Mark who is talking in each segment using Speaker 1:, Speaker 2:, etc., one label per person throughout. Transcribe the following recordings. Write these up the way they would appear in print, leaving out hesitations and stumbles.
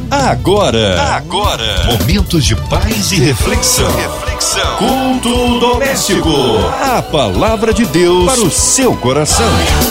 Speaker 1: Agora, momentos de paz e reflexão. Culto doméstico. A palavra de Deus para o seu coração.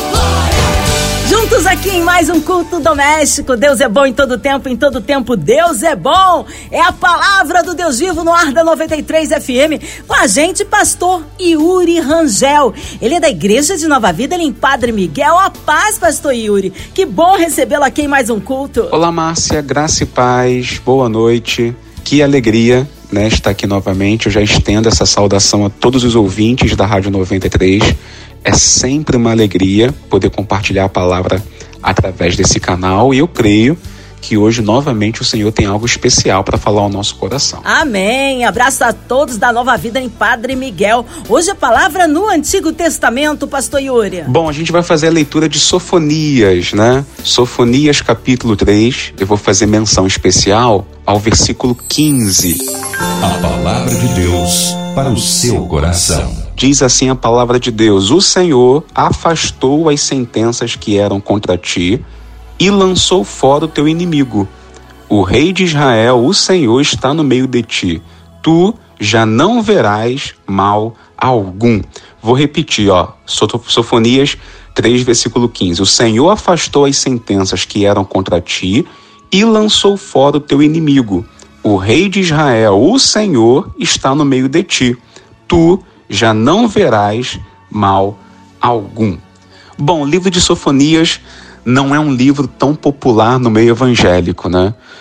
Speaker 2: Juntos aqui em mais um culto doméstico. Deus é bom em todo tempo Deus é bom. É a palavra do Deus vivo no ar da 93 FM. Com a gente, pastor Yuri Rangel. Ele é da Igreja de Nova Vida, ele é em Padre Miguel. A paz, pastor Yuri. Que bom recebê-lo aqui em mais um culto.
Speaker 3: Olá, Márcia, graça e paz, boa noite. Que alegria, estar aqui novamente. Eu já estendo essa saudação a todos os ouvintes da Rádio 93. É sempre uma alegria poder compartilhar a palavra através desse canal e eu creio que hoje novamente o Senhor tem algo especial para falar ao nosso coração. Amém.
Speaker 2: Abraço a todos da Nova Vida em Padre Miguel. Hoje a palavra no Antigo Testamento, pastor Yuri.
Speaker 3: Bom, a gente vai fazer a leitura de Sofonias, Sofonias capítulo 3. Eu vou fazer menção especial ao versículo 15.
Speaker 1: A palavra de Deus para o seu coração.
Speaker 3: Diz assim a palavra de Deus: o Senhor afastou as sentenças que eram contra ti e lançou fora o teu inimigo. O rei de Israel, o Senhor, está no meio de ti. Tu já não verás mal algum. Vou repetir, Sofonias 3, versículo 15. O Senhor afastou as sentenças que eram contra ti e lançou fora o teu inimigo. O rei de Israel, o Senhor, está no meio de ti. Tu já não verás mal algum. Bom, o livro de Sofonias não é um livro tão popular no meio evangélico,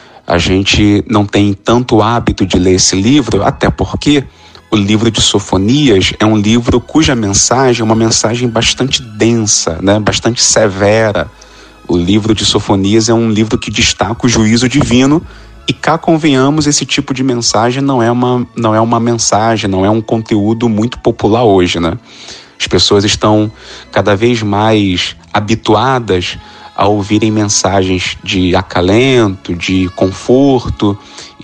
Speaker 3: A gente não tem tanto hábito de ler esse livro, até porque o livro de Sofonias é um livro cuja mensagem é uma mensagem bastante densa, bastante severa. O livro de Sofonias é um livro que destaca o juízo divino. E cá convenhamos, esse tipo de mensagem não é uma mensagem, não é um conteúdo muito popular hoje, As pessoas estão cada vez mais habituadas a ouvirem mensagens de acalento, de conforto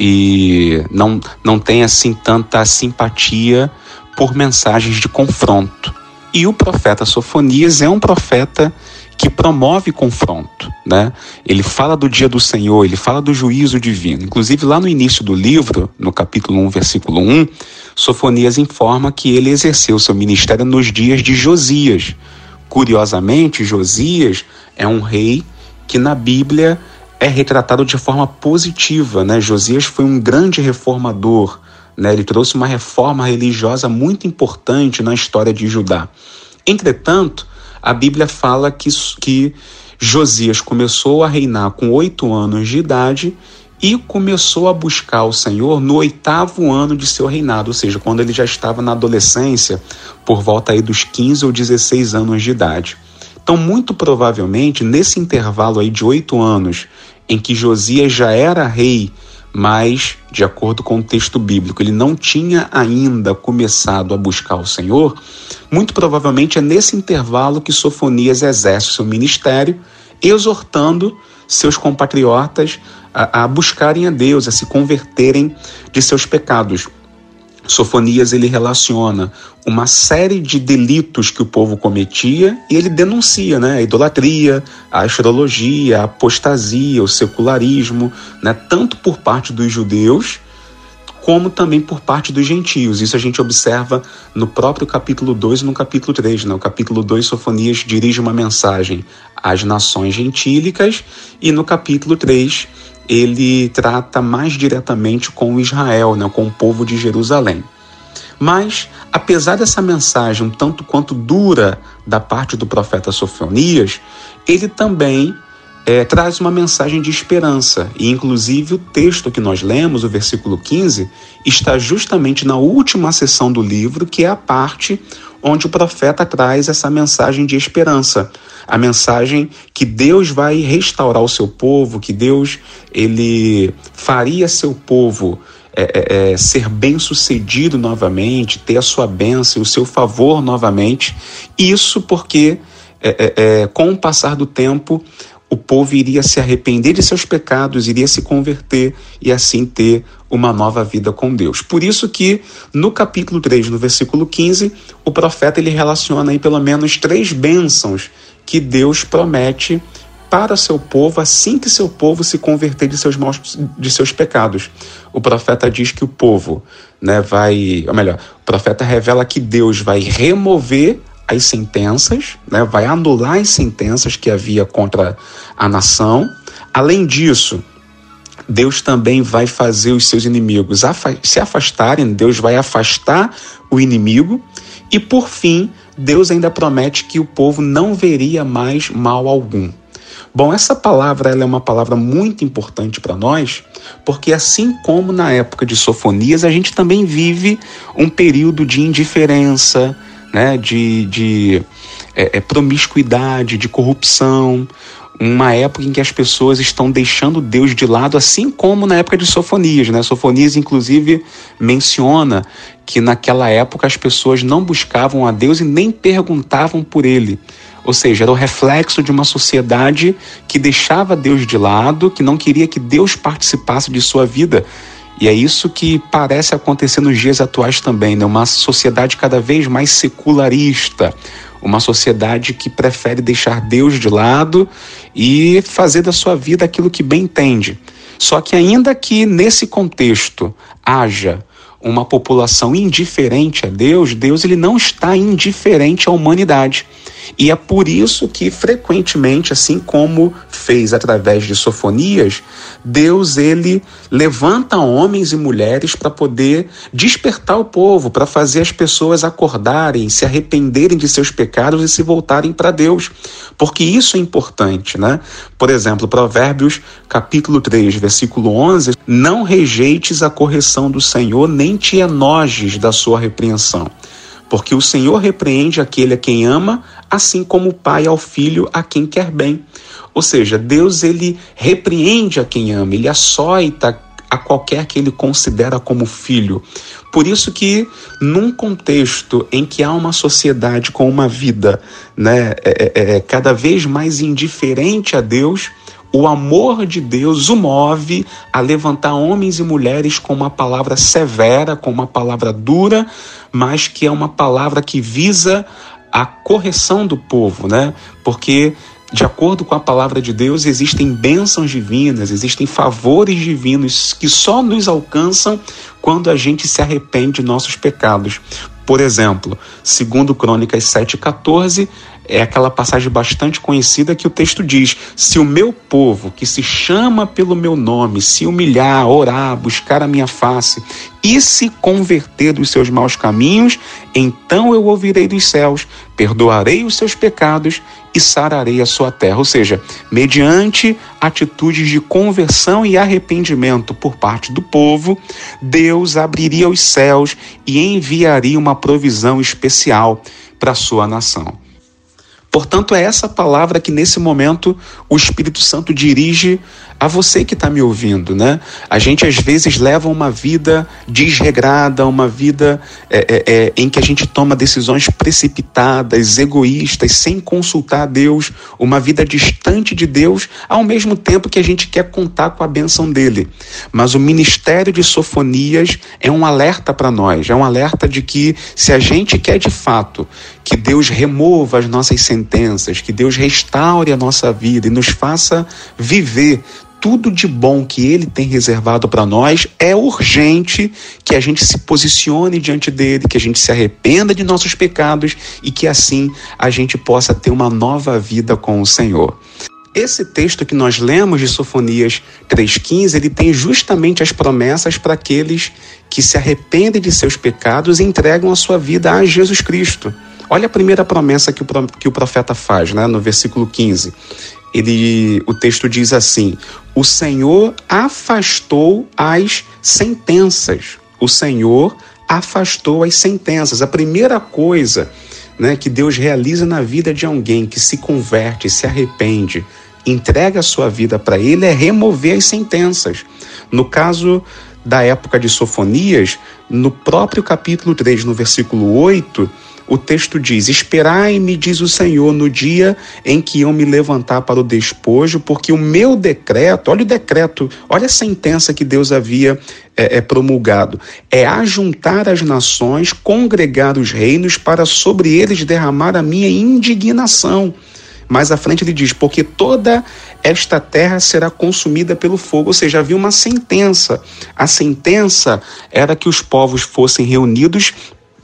Speaker 3: e não tem assim tanta simpatia por mensagens de confronto. E o profeta Sofonias é um profeta que promove confronto, Ele fala do dia do Senhor, ele fala do juízo divino. Inclusive, lá no início do livro, no capítulo 1, versículo 1, Sofonias informa que ele exerceu seu ministério nos dias de Josias. Curiosamente, Josias é um rei que na Bíblia é retratado de forma positiva, Josias foi um grande reformador, Ele trouxe uma reforma religiosa muito importante na história de Judá. Entretanto, a Bíblia fala que Josias começou a reinar com 8 anos de idade e começou a buscar o Senhor no 8º ano de seu reinado, ou seja, quando ele já estava na adolescência, por volta aí dos 15 ou 16 anos de idade. Então, muito provavelmente, nesse intervalo aí de 8 anos, em que Josias já era rei, mas, de acordo com o texto bíblico, ele não tinha ainda começado a buscar o Senhor, muito provavelmente é nesse intervalo que Sofonias exerce o seu ministério, exortando seus compatriotas a buscarem a Deus, a se converterem de seus pecados. Sofonias, ele relaciona uma série de delitos que o povo cometia e ele denuncia, a idolatria, a astrologia, a apostasia, o secularismo, tanto por parte dos judeus como também por parte dos gentios. Isso a gente observa no próprio capítulo 2 e no capítulo 3. No capítulo 2, Sofonias dirige uma mensagem às nações gentílicas e no capítulo 3 ele trata mais diretamente com Israel, com o povo de Jerusalém. Mas, apesar dessa mensagem um tanto quanto dura da parte do profeta Sofonias, ele também traz uma mensagem de esperança. E, inclusive, o texto que nós lemos, o versículo 15, está justamente na última seção do livro, que é a parte onde o profeta traz essa mensagem de esperança. A mensagem que Deus vai restaurar o seu povo, que Deus ele faria seu povo ser bem-sucedido novamente, ter a sua bênção e o seu favor novamente. Isso porque, com o passar do tempo, o povo iria se arrepender de seus pecados, iria se converter e assim ter uma nova vida com Deus. Por isso que no capítulo 3, no versículo 15, o profeta ele relaciona aí pelo menos 3 bênçãos que Deus promete para seu povo assim que seu povo se converter de seus pecados. O profeta diz que o povo, né, o profeta revela que Deus vai remover as sentenças, né, vai anular as sentenças que havia contra a nação. Além disso, Deus também vai fazer os seus inimigos se afastarem, Deus vai afastar o inimigo e, por fim, Deus ainda promete que o povo não veria mais mal algum. Bom, essa palavra ela é uma palavra muito importante para nós, porque assim como na época de Sofonias, a gente também vive um período de indiferença, né, de promiscuidade, de corrupção, uma época em que as pessoas estão deixando Deus de lado, assim como na época de Sofonias, né? Sofonias, inclusive, menciona que naquela época as pessoas não buscavam a Deus e nem perguntavam por Ele. Ou seja, era o reflexo de uma sociedade que deixava Deus de lado, que não queria que Deus participasse de sua vida. E é isso que parece acontecer nos dias atuais também, né? Uma sociedade cada vez mais secularista, uma sociedade que prefere deixar Deus de lado e fazer da sua vida aquilo que bem entende. Só que ainda que nesse contexto haja uma população indiferente a Deus, Deus ele não está indiferente à humanidade. E é por isso que frequentemente, assim como fez através de Sofonias, Deus ele levanta homens e mulheres para poder despertar o povo, para fazer as pessoas acordarem, se arrependerem de seus pecados e se voltarem para Deus. Porque isso é importante, né? Por exemplo, Provérbios capítulo 3, versículo 11, não rejeites a correção do Senhor, nem te enojes da sua repreensão. Porque o Senhor repreende aquele a quem ama, assim como o pai ao filho a quem quer bem. Ou seja, Deus ele repreende a quem ama, ele açoita a qualquer que ele considera como filho. Por isso que, num contexto em que há uma sociedade com uma vida, né, cada vez mais indiferente a Deus, o amor de Deus o move a levantar homens e mulheres com uma palavra severa, com uma palavra dura, mas que é uma palavra que visa a correção do povo, né? Porque, de acordo com a palavra de Deus, existem bênçãos divinas, existem favores divinos que só nos alcançam quando a gente se arrepende de nossos pecados. Por exemplo, segundo Crônicas 7,14, é aquela passagem bastante conhecida que o texto diz: se o meu povo, que se chama pelo meu nome, se humilhar, orar, buscar a minha face e se converter dos seus maus caminhos, então eu ouvirei dos céus, perdoarei os seus pecados e sararei a sua terra. Ou seja, mediante atitudes de conversão e arrependimento por parte do povo, Deus abriria os céus e enviaria uma provisão especial para a sua nação. Portanto, é essa palavra que nesse momento o Espírito Santo dirige a você que está me ouvindo, né? A gente às vezes leva uma vida desregrada, uma vida em que a gente toma decisões precipitadas, egoístas, sem consultar a Deus, uma vida distante de Deus, ao mesmo tempo que a gente quer contar com a bênção dele. Mas o ministério de Sofonias é um alerta para nós, é um alerta de que se a gente quer de fato que Deus remova as nossas sentenças, que Deus restaure a nossa vida e nos faça viver tudo de bom que Ele tem reservado para nós, é urgente que a gente se posicione diante dEle, que a gente se arrependa de nossos pecados e que assim a gente possa ter uma nova vida com o Senhor. Esse texto que nós lemos de Sofonias 3,15, ele tem justamente as promessas para aqueles que se arrependem de seus pecados e entregam a sua vida a Jesus Cristo. Olha a primeira promessa que o profeta faz, né, no versículo 15. O texto diz assim: o Senhor afastou as sentenças. O Senhor afastou as sentenças. A primeira coisa, né, que Deus realiza na vida de alguém que se converte, se arrepende, entrega a sua vida para Ele, é remover as sentenças. No caso da época de Sofonias, no próprio capítulo 3, no versículo 8, o texto diz: esperai-me, diz o Senhor, no dia em que eu me levantar para o despojo, porque o meu decreto, olha o decreto, olha a sentença que Deus havia promulgado, é ajuntar as nações, congregar os reinos, para sobre eles derramar a minha indignação. mais à frente ele diz, porque toda esta terra será consumida pelo fogo. Ou seja, havia uma sentença. A sentença era que os povos fossem reunidos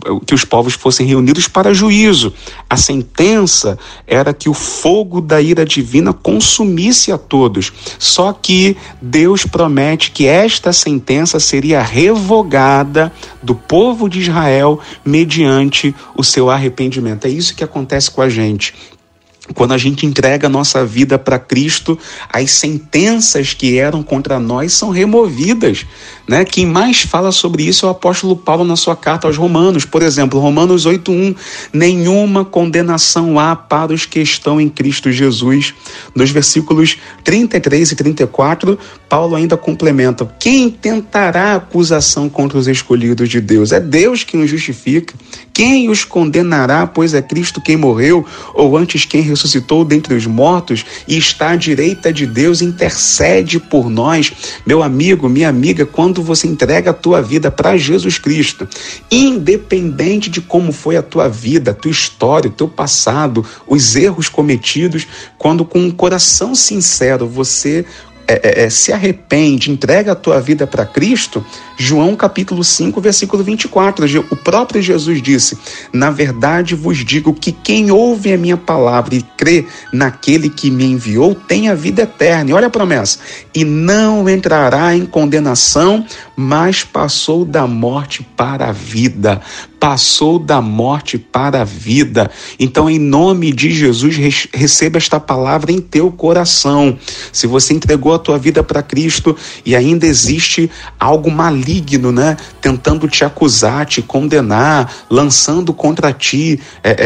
Speaker 3: para juízo. A sentença era que o fogo da ira divina consumisse a todos. Só que Deus promete que esta sentença seria revogada do povo de Israel mediante o seu arrependimento. É isso que acontece com a gente. Quando a gente entrega a nossa vida para Cristo, as sentenças que eram contra nós são removidas, né? Quem mais fala sobre isso é o apóstolo Paulo na sua carta aos Romanos. Por exemplo, Romanos 8:1, nenhuma condenação há para os que estão em Cristo Jesus. Nos versículos 33 e 34, Paulo ainda complementa, quem tentará acusação contra os escolhidos de Deus? É Deus quem os justifica. Quem os condenará, pois é Cristo quem morreu, ou antes quem ressuscitou dentre os mortos e está à direita de Deus, intercede por nós. Meu amigo, minha amiga, quando você entrega a tua vida para Jesus Cristo, independente de como foi a tua vida, a tua história, o teu passado, os erros cometidos, quando com um coração sincero você se arrepende, entrega a tua vida para Cristo, João capítulo 5, versículo 24, o próprio Jesus disse, na verdade vos digo que quem ouve a minha palavra e crê naquele que me enviou tem a vida eterna. E olha a promessa, e não entrará em condenação, mas passou da morte para a vida. Passou da morte para a vida. Então, em nome de Jesus, receba esta palavra em teu coração. Se você entregou a tua vida para Cristo e ainda existe algo maligno, né? Tentando te acusar, te condenar, lançando contra ti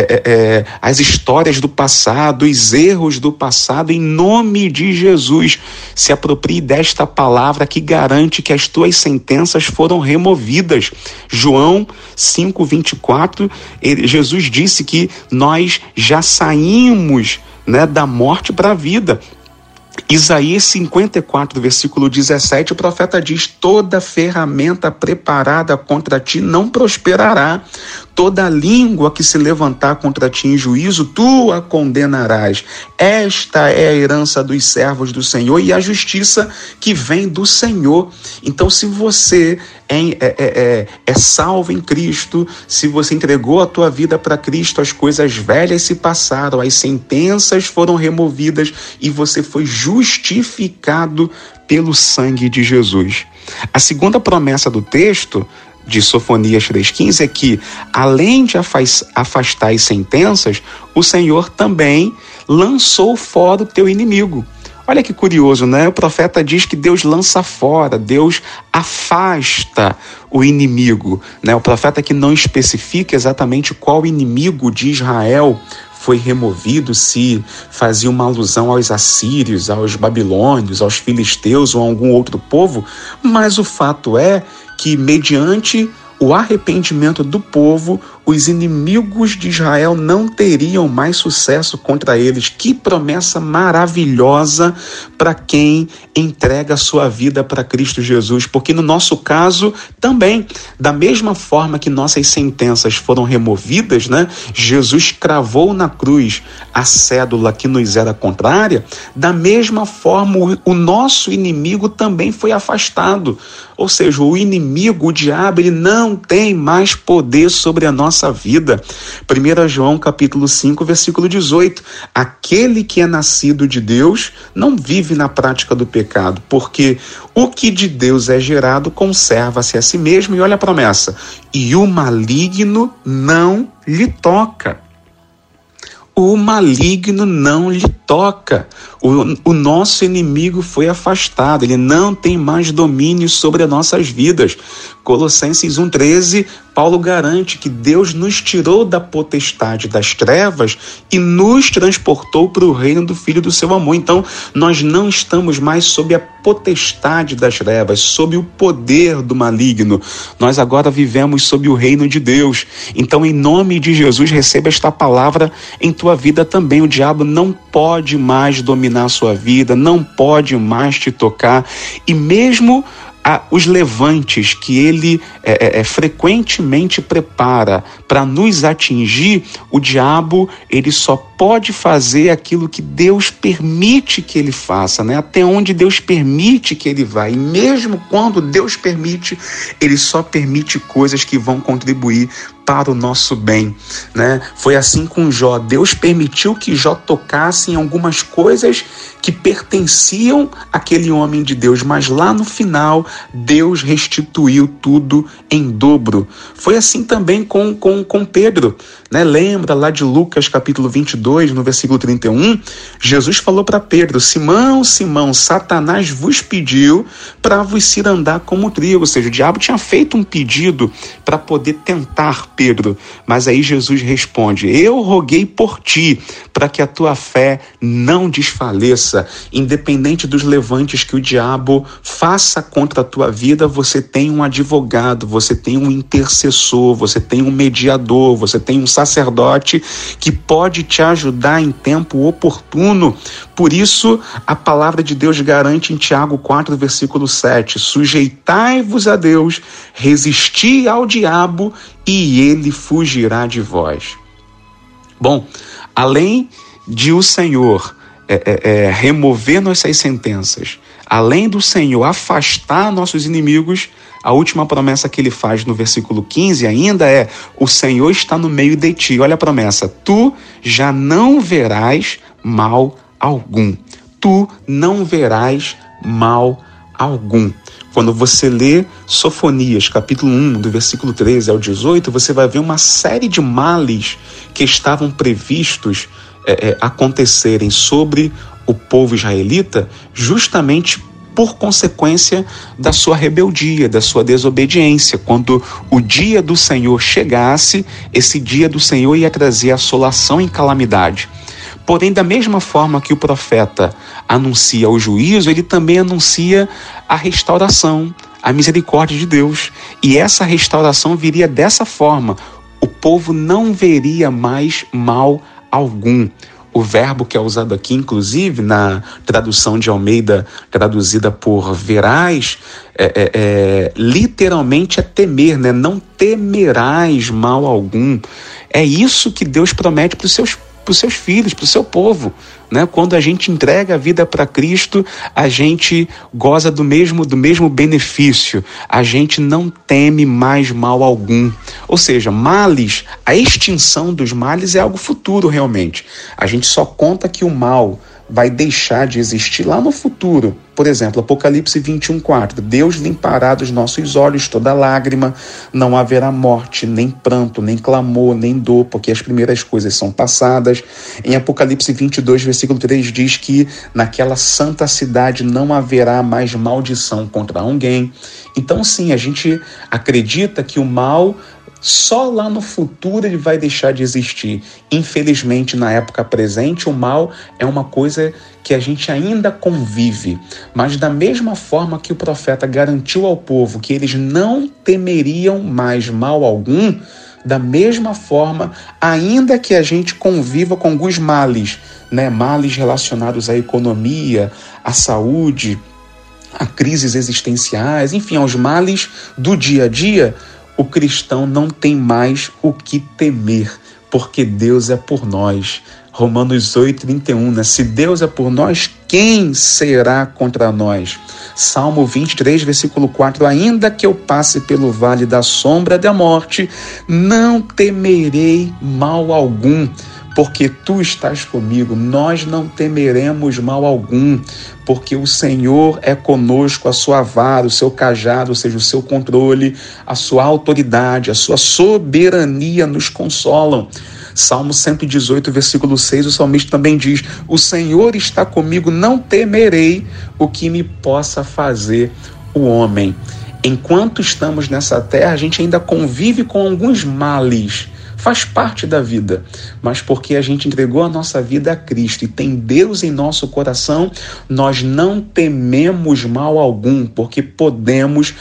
Speaker 3: as histórias do passado, os erros do passado, em nome de Jesus, se aproprie desta palavra que garante que as tuas sentenças foram removidas. João 5:24, Jesus disse que nós já saímos, né, da morte para a vida. Isaías 54, versículo 17, o profeta diz, toda ferramenta preparada contra ti não prosperará, toda língua que se levantar contra ti em juízo, tu a condenarás. Esta é a herança dos servos do Senhor e a justiça que vem do Senhor. Então, se você é salvo em Cristo, se você entregou a tua vida para Cristo, as coisas velhas se passaram, as sentenças foram removidas e você foi justificado pelo sangue de Jesus. A segunda promessa do texto de Sofonias 3,15 é que, além de afastar as sentenças, o Senhor também lançou fora o teu inimigo. Olha que curioso, né? O profeta diz que Deus lança fora, Deus afasta o inimigo, né? O profeta que não especifica exatamente qual inimigo de Israel foi removido, se fazia uma alusão aos assírios, aos babilônios, aos filisteus ou a algum outro povo, mas o fato é que, mediante o arrependimento do povo, os inimigos de Israel não teriam mais sucesso contra eles. Que promessa maravilhosa para quem entrega a sua vida para Cristo Jesus, porque no nosso caso também, da mesma forma que nossas sentenças foram removidas, né? Jesus cravou na cruz a cédula que nos era contrária, da mesma forma o nosso inimigo também foi afastado. Ou seja, o inimigo, o diabo, ele não tem mais poder sobre a nossa vida. 1 João capítulo 5, versículo 18. Aquele que é nascido de Deus não vive na prática do pecado, porque o que de Deus é gerado conserva-se a si mesmo. E olha a promessa, e o maligno não lhe toca. O maligno não lhe toca. O nosso inimigo foi afastado, ele não tem mais domínio sobre as nossas vidas. Colossenses 1,13, Paulo garante que Deus nos tirou da potestade das trevas e nos transportou para o reino do Filho do seu amor. Então, nós não estamos mais sob a potestade das trevas, sob o poder do maligno. Nós agora vivemos sob o reino de Deus. Então, em nome de Jesus, receba esta palavra em tua vida também. O diabo não pode mais dominar a sua vida, não pode mais te tocar. E mesmo os levantes que ele frequentemente prepara para nos atingir, o diabo ele só pode fazer aquilo que Deus permite que ele faça, né? Até onde Deus permite que ele vá. E mesmo quando Deus permite, ele só permite coisas que vão contribuir para o nosso bem, né? Foi assim com Jó. Deus permitiu que Jó tocasse em algumas coisas que pertenciam àquele homem de Deus, mas lá no final Deus restituiu tudo em dobro. Foi assim também com Pedro, né? Lembra lá de Lucas capítulo 22, no versículo 31, Jesus falou para Pedro: Simão, Simão, Satanás vos pediu para vos cirandar como trigo. Ou seja, o diabo tinha feito um pedido para poder tentar Pedro, mas aí Jesus responde: eu roguei por ti, para que a tua fé não desfaleça. Independente dos levantes que o diabo faça contra a tua vida, você tem um advogado, você tem um intercessor, você tem um mediador, você tem um sacerdote que pode te ajudar em tempo oportuno. Por isso, a palavra de Deus garante em Tiago 4, versículo 7, sujeitai-vos a Deus, resisti ao diabo e ele fugirá de vós. Bom, além de o Senhor remover nossas sentenças, além do Senhor afastar nossos inimigos, a última promessa que ele faz no versículo 15 ainda é: o Senhor está no meio de ti. Olha a promessa: tu já não verás mal algum. Tu não verás mal algum. Quando você lê Sofonias, capítulo 1, do versículo 13 ao 18, você vai ver uma série de males que estavam previstos acontecerem sobre o povo israelita, justamente por consequência da sua rebeldia, da sua desobediência. Quando o dia do Senhor chegasse, esse dia do Senhor ia trazer assolação e calamidade. Porém, da mesma forma que o profeta anuncia o juízo, ele também anuncia a restauração, a misericórdia de Deus. E essa restauração viria dessa forma: o povo não veria mais mal algum. O verbo que é usado aqui, inclusive, na tradução de Almeida, traduzida por verás, literalmente é temer, né? Não temerás mal algum. É isso que Deus promete para os seus filhos, para o seu povo, né? Quando a gente entrega a vida para Cristo, a gente goza do mesmo benefício, a gente não teme mais mal algum. Ou seja, males, a extinção dos males é algo futuro realmente. A gente só conta que o mal vai deixar de existir lá no futuro. Por exemplo, Apocalipse 21:4, Deus limpará dos nossos olhos toda lágrima, não haverá morte, nem pranto, nem clamor, nem dor, porque as primeiras coisas são passadas. Em Apocalipse 22, versículo 3, diz que naquela santa cidade não haverá mais maldição contra alguém. Então sim, a gente acredita que o mal só lá no futuro ele vai deixar de existir. Infelizmente, na época presente, o mal é uma coisa que a gente ainda convive. Mas da mesma forma que o profeta garantiu ao povo que eles não temeriam mais mal algum, da mesma forma, ainda que a gente conviva com alguns males, né? Males relacionados à economia, à saúde, a crises existenciais, enfim, aos males do dia a dia, o cristão não tem mais o que temer, porque Deus é por nós. Romanos 8:31, né? Se Deus é por nós, quem será contra nós? Salmo 23, versículo 4, ainda que eu passe pelo vale da sombra da morte, não temerei mal algum, porque tu estás comigo. Nós não temeremos mal algum, porque o Senhor é conosco, a sua vara, o seu cajado, ou seja, o seu controle, a sua autoridade, a sua soberania nos consolam. Salmo 118, versículo 6, o salmista também diz: o Senhor está comigo, não temerei o que me possa fazer o homem. Enquanto estamos nessa terra, a gente ainda convive com alguns males, faz parte da vida, mas porque a gente entregou a nossa vida a Cristo e tem Deus em nosso coração, nós não tememos mal algum, porque podemos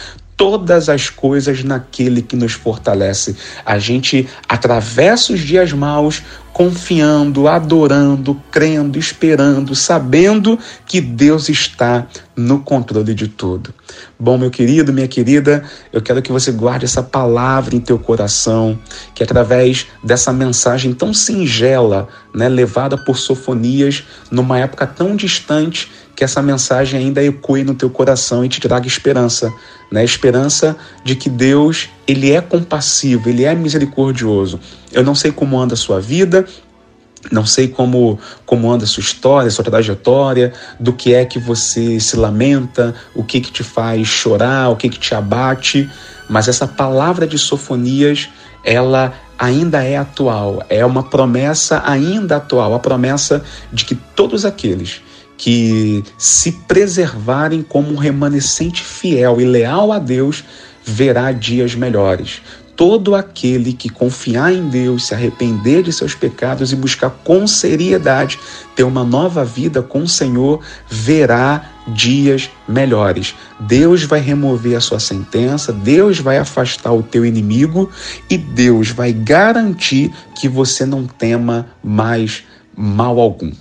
Speaker 3: todas as coisas naquele que nos fortalece. A gente atravessa os dias maus confiando, adorando, crendo, esperando, sabendo que Deus está no controle de tudo. Bom, meu querido, minha querida, eu quero que você guarde essa palavra em teu coração, que através dessa mensagem tão singela, levada por Sofonias, numa época tão distante, que essa mensagem ainda ecoe no teu coração e te traga esperança, Esperança de que Deus, Ele é compassivo, Ele é misericordioso. Eu não sei como anda a sua vida, não sei como anda a sua história, a sua trajetória, do que é que você se lamenta, o que te faz chorar, o que te abate, mas essa palavra de Sofonias, ela ainda é atual, é uma promessa ainda atual, a promessa de que todos aqueles que se preservarem como um remanescente fiel e leal a Deus, verá dias melhores. Todo aquele que confiar em Deus, se arrepender de seus pecados e buscar com seriedade ter uma nova vida com o Senhor, verá dias melhores. Deus vai remover a sua sentença, Deus vai afastar o teu inimigo e Deus vai garantir que você não tema mais mal algum.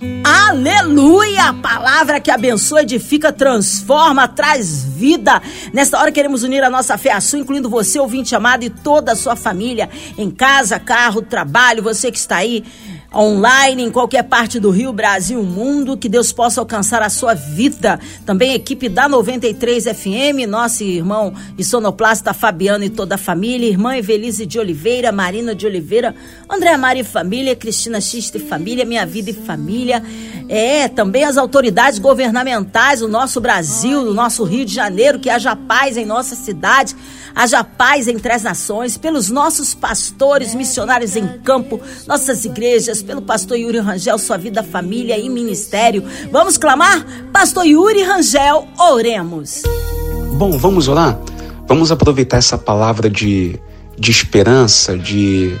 Speaker 2: Aleluia! A palavra que abençoa, edifica, transforma, traz vida. Nesta hora queremos unir a nossa fé à sua, incluindo você, ouvinte amado, e toda a sua família, em casa, carro, trabalho, você que está aí online, em qualquer parte do Rio, Brasil, mundo, que Deus possa alcançar a sua vida. Também a equipe da 93 FM, nosso irmão e sonoplasta Fabiano e toda a família, irmã Evelise de Oliveira, Marina de Oliveira, André Mari e família, Cristina Xista e família, Minha Vida e família, também as autoridades governamentais do nosso Brasil, do nosso Rio de Janeiro, que haja paz em nossa cidade, haja paz entre as nações, pelos nossos pastores, missionários em campo, nossas igrejas, pelo pastor Yuri Rangel, sua vida, família e ministério. Vamos clamar? Pastor Yuri Rangel, oremos.
Speaker 3: Bom, vamos orar? Vamos aproveitar essa palavra de esperança, de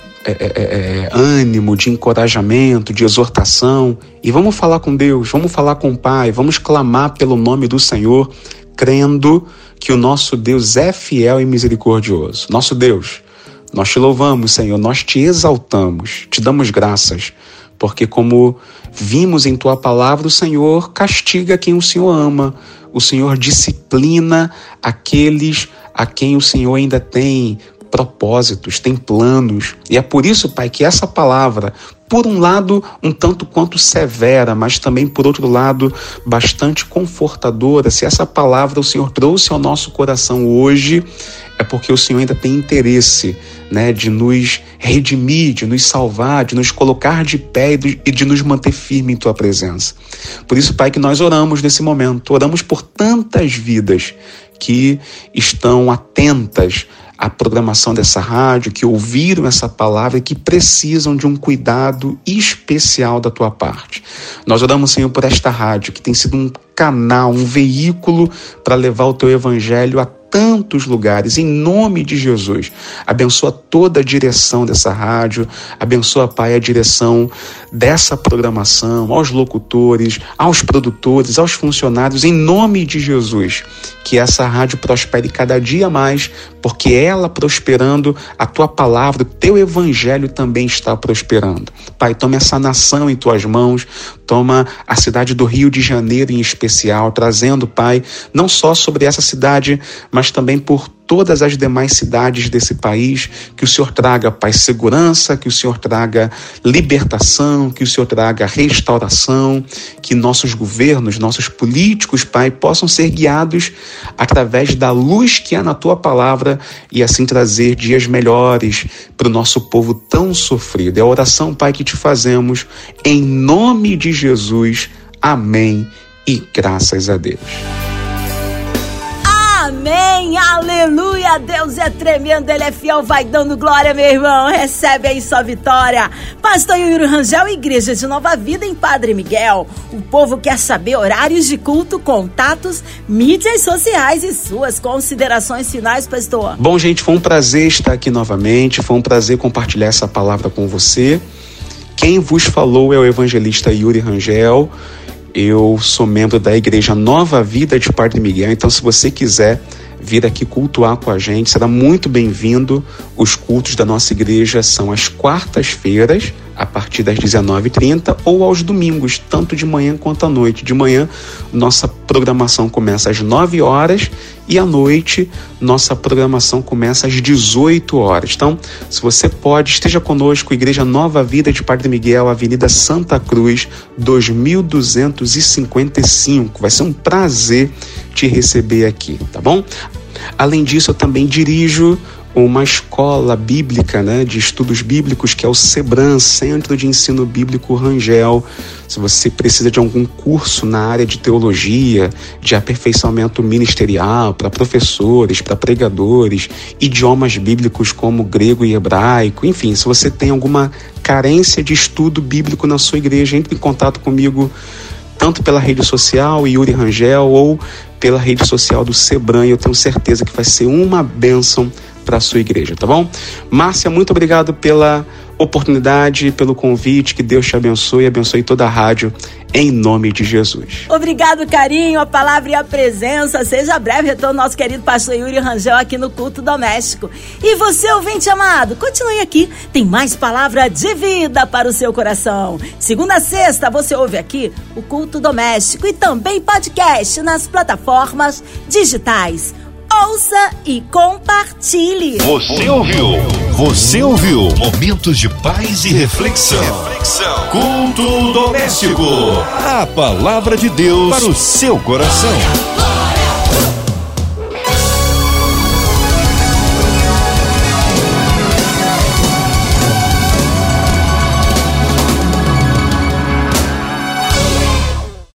Speaker 3: ânimo, de encorajamento, de exortação, e vamos falar com Deus, vamos falar com o Pai, vamos clamar pelo nome do Senhor, crendo que o nosso Deus é fiel e misericordioso. Nosso Deus, nós te louvamos, Senhor, nós te exaltamos, te damos graças, porque como vimos em tua palavra, o Senhor castiga quem o Senhor ama, o Senhor disciplina aqueles a quem o Senhor ainda tem propósitos, tem planos. E é por isso, Pai, que essa palavra, por um lado, um tanto quanto severa, mas também, por outro lado, bastante confortadora. Se essa palavra o Senhor trouxe ao nosso coração hoje, é porque o Senhor ainda tem interesse, de nos redimir, de nos salvar, de nos colocar de pé e de nos manter firme em tua presença. Por isso, Pai, que nós oramos nesse momento, oramos por tantas vidas que estão atentas à programação dessa rádio, que ouviram essa palavra e que precisam de um cuidado especial da tua parte. Nós oramos, Senhor, por esta rádio, que tem sido um canal, um veículo para levar o teu evangelho a tantos lugares, em nome de Jesus. Abençoa toda a direção dessa rádio, abençoa, Pai, a direção dessa programação, aos locutores, aos produtores, aos funcionários, em nome de Jesus. Que essa rádio prospere cada dia mais, porque ela prosperando, a tua palavra, o teu evangelho também está prosperando. Pai, toma essa nação em tuas mãos, toma a cidade do Rio de Janeiro em especial, trazendo, Pai, não só sobre essa cidade, mas também por todas as demais cidades desse país, que o Senhor traga, Pai, segurança, que o Senhor traga libertação, que o Senhor traga restauração, que nossos governos, nossos políticos, Pai, possam ser guiados através da luz que há na Tua palavra e assim trazer dias melhores para o nosso povo tão sofrido. É a oração, Pai, que te fazemos em nome de Jesus. Amém e graças a Deus.
Speaker 2: Amém, aleluia, Deus é tremendo, Ele é fiel, vai dando glória, meu irmão, recebe aí sua vitória. Pastor Yuri Rangel, Igreja de Nova Vida em Padre Miguel. O povo quer saber horários de culto, contatos, mídias sociais e suas considerações finais, pastor.
Speaker 3: Bom, gente, foi um prazer estar aqui novamente, foi um prazer compartilhar essa palavra com você. Quem vos falou é o evangelista Yuri Rangel. Eu sou membro da Igreja Nova Vida de Padre Miguel, então se você quiser vir aqui cultuar com a gente, será muito bem-vindo. Os cultos da nossa igreja são às quartas-feiras, a partir das 19h30, ou aos domingos, tanto de manhã quanto à noite. De manhã, nossa programação começa às 9 horas e à noite, nossa programação começa às 18 horas. Então, se você pode, esteja conosco, Igreja Nova Vida de Padre Miguel, Avenida Santa Cruz, 2255. Vai ser um prazer te receber aqui, tá bom? Além disso, eu também dirijo uma escola bíblica, de estudos bíblicos, que é o Sebran, Centro de Ensino Bíblico Rangel. Se você precisa de algum curso na área de teologia, de aperfeiçoamento ministerial, para professores, para pregadores, idiomas bíblicos como grego e hebraico, enfim, se você tem alguma carência de estudo bíblico na sua igreja, entre em contato comigo, tanto pela rede social Yuri Rangel ou pela rede social do Sebran. Eu tenho certeza que vai ser uma bênção para a sua igreja, tá bom? Márcia, muito obrigado pela oportunidade, pelo convite. Que Deus te abençoe e abençoe toda a rádio, em nome de Jesus.
Speaker 2: Obrigado, carinho, a palavra e a presença. Seja breve retorno nosso querido pastor Yuri Rangel aqui no Culto Doméstico. E você, ouvinte amado, continue aqui. Tem mais palavra de vida para o seu coração. Segunda a sexta, você ouve aqui o Culto Doméstico e também podcast nas plataformas digitais. Ouça e compartilhe.
Speaker 1: Você ouviu Momentos de Paz e Reflexão. Culto Doméstico. A palavra de Deus para o seu coração.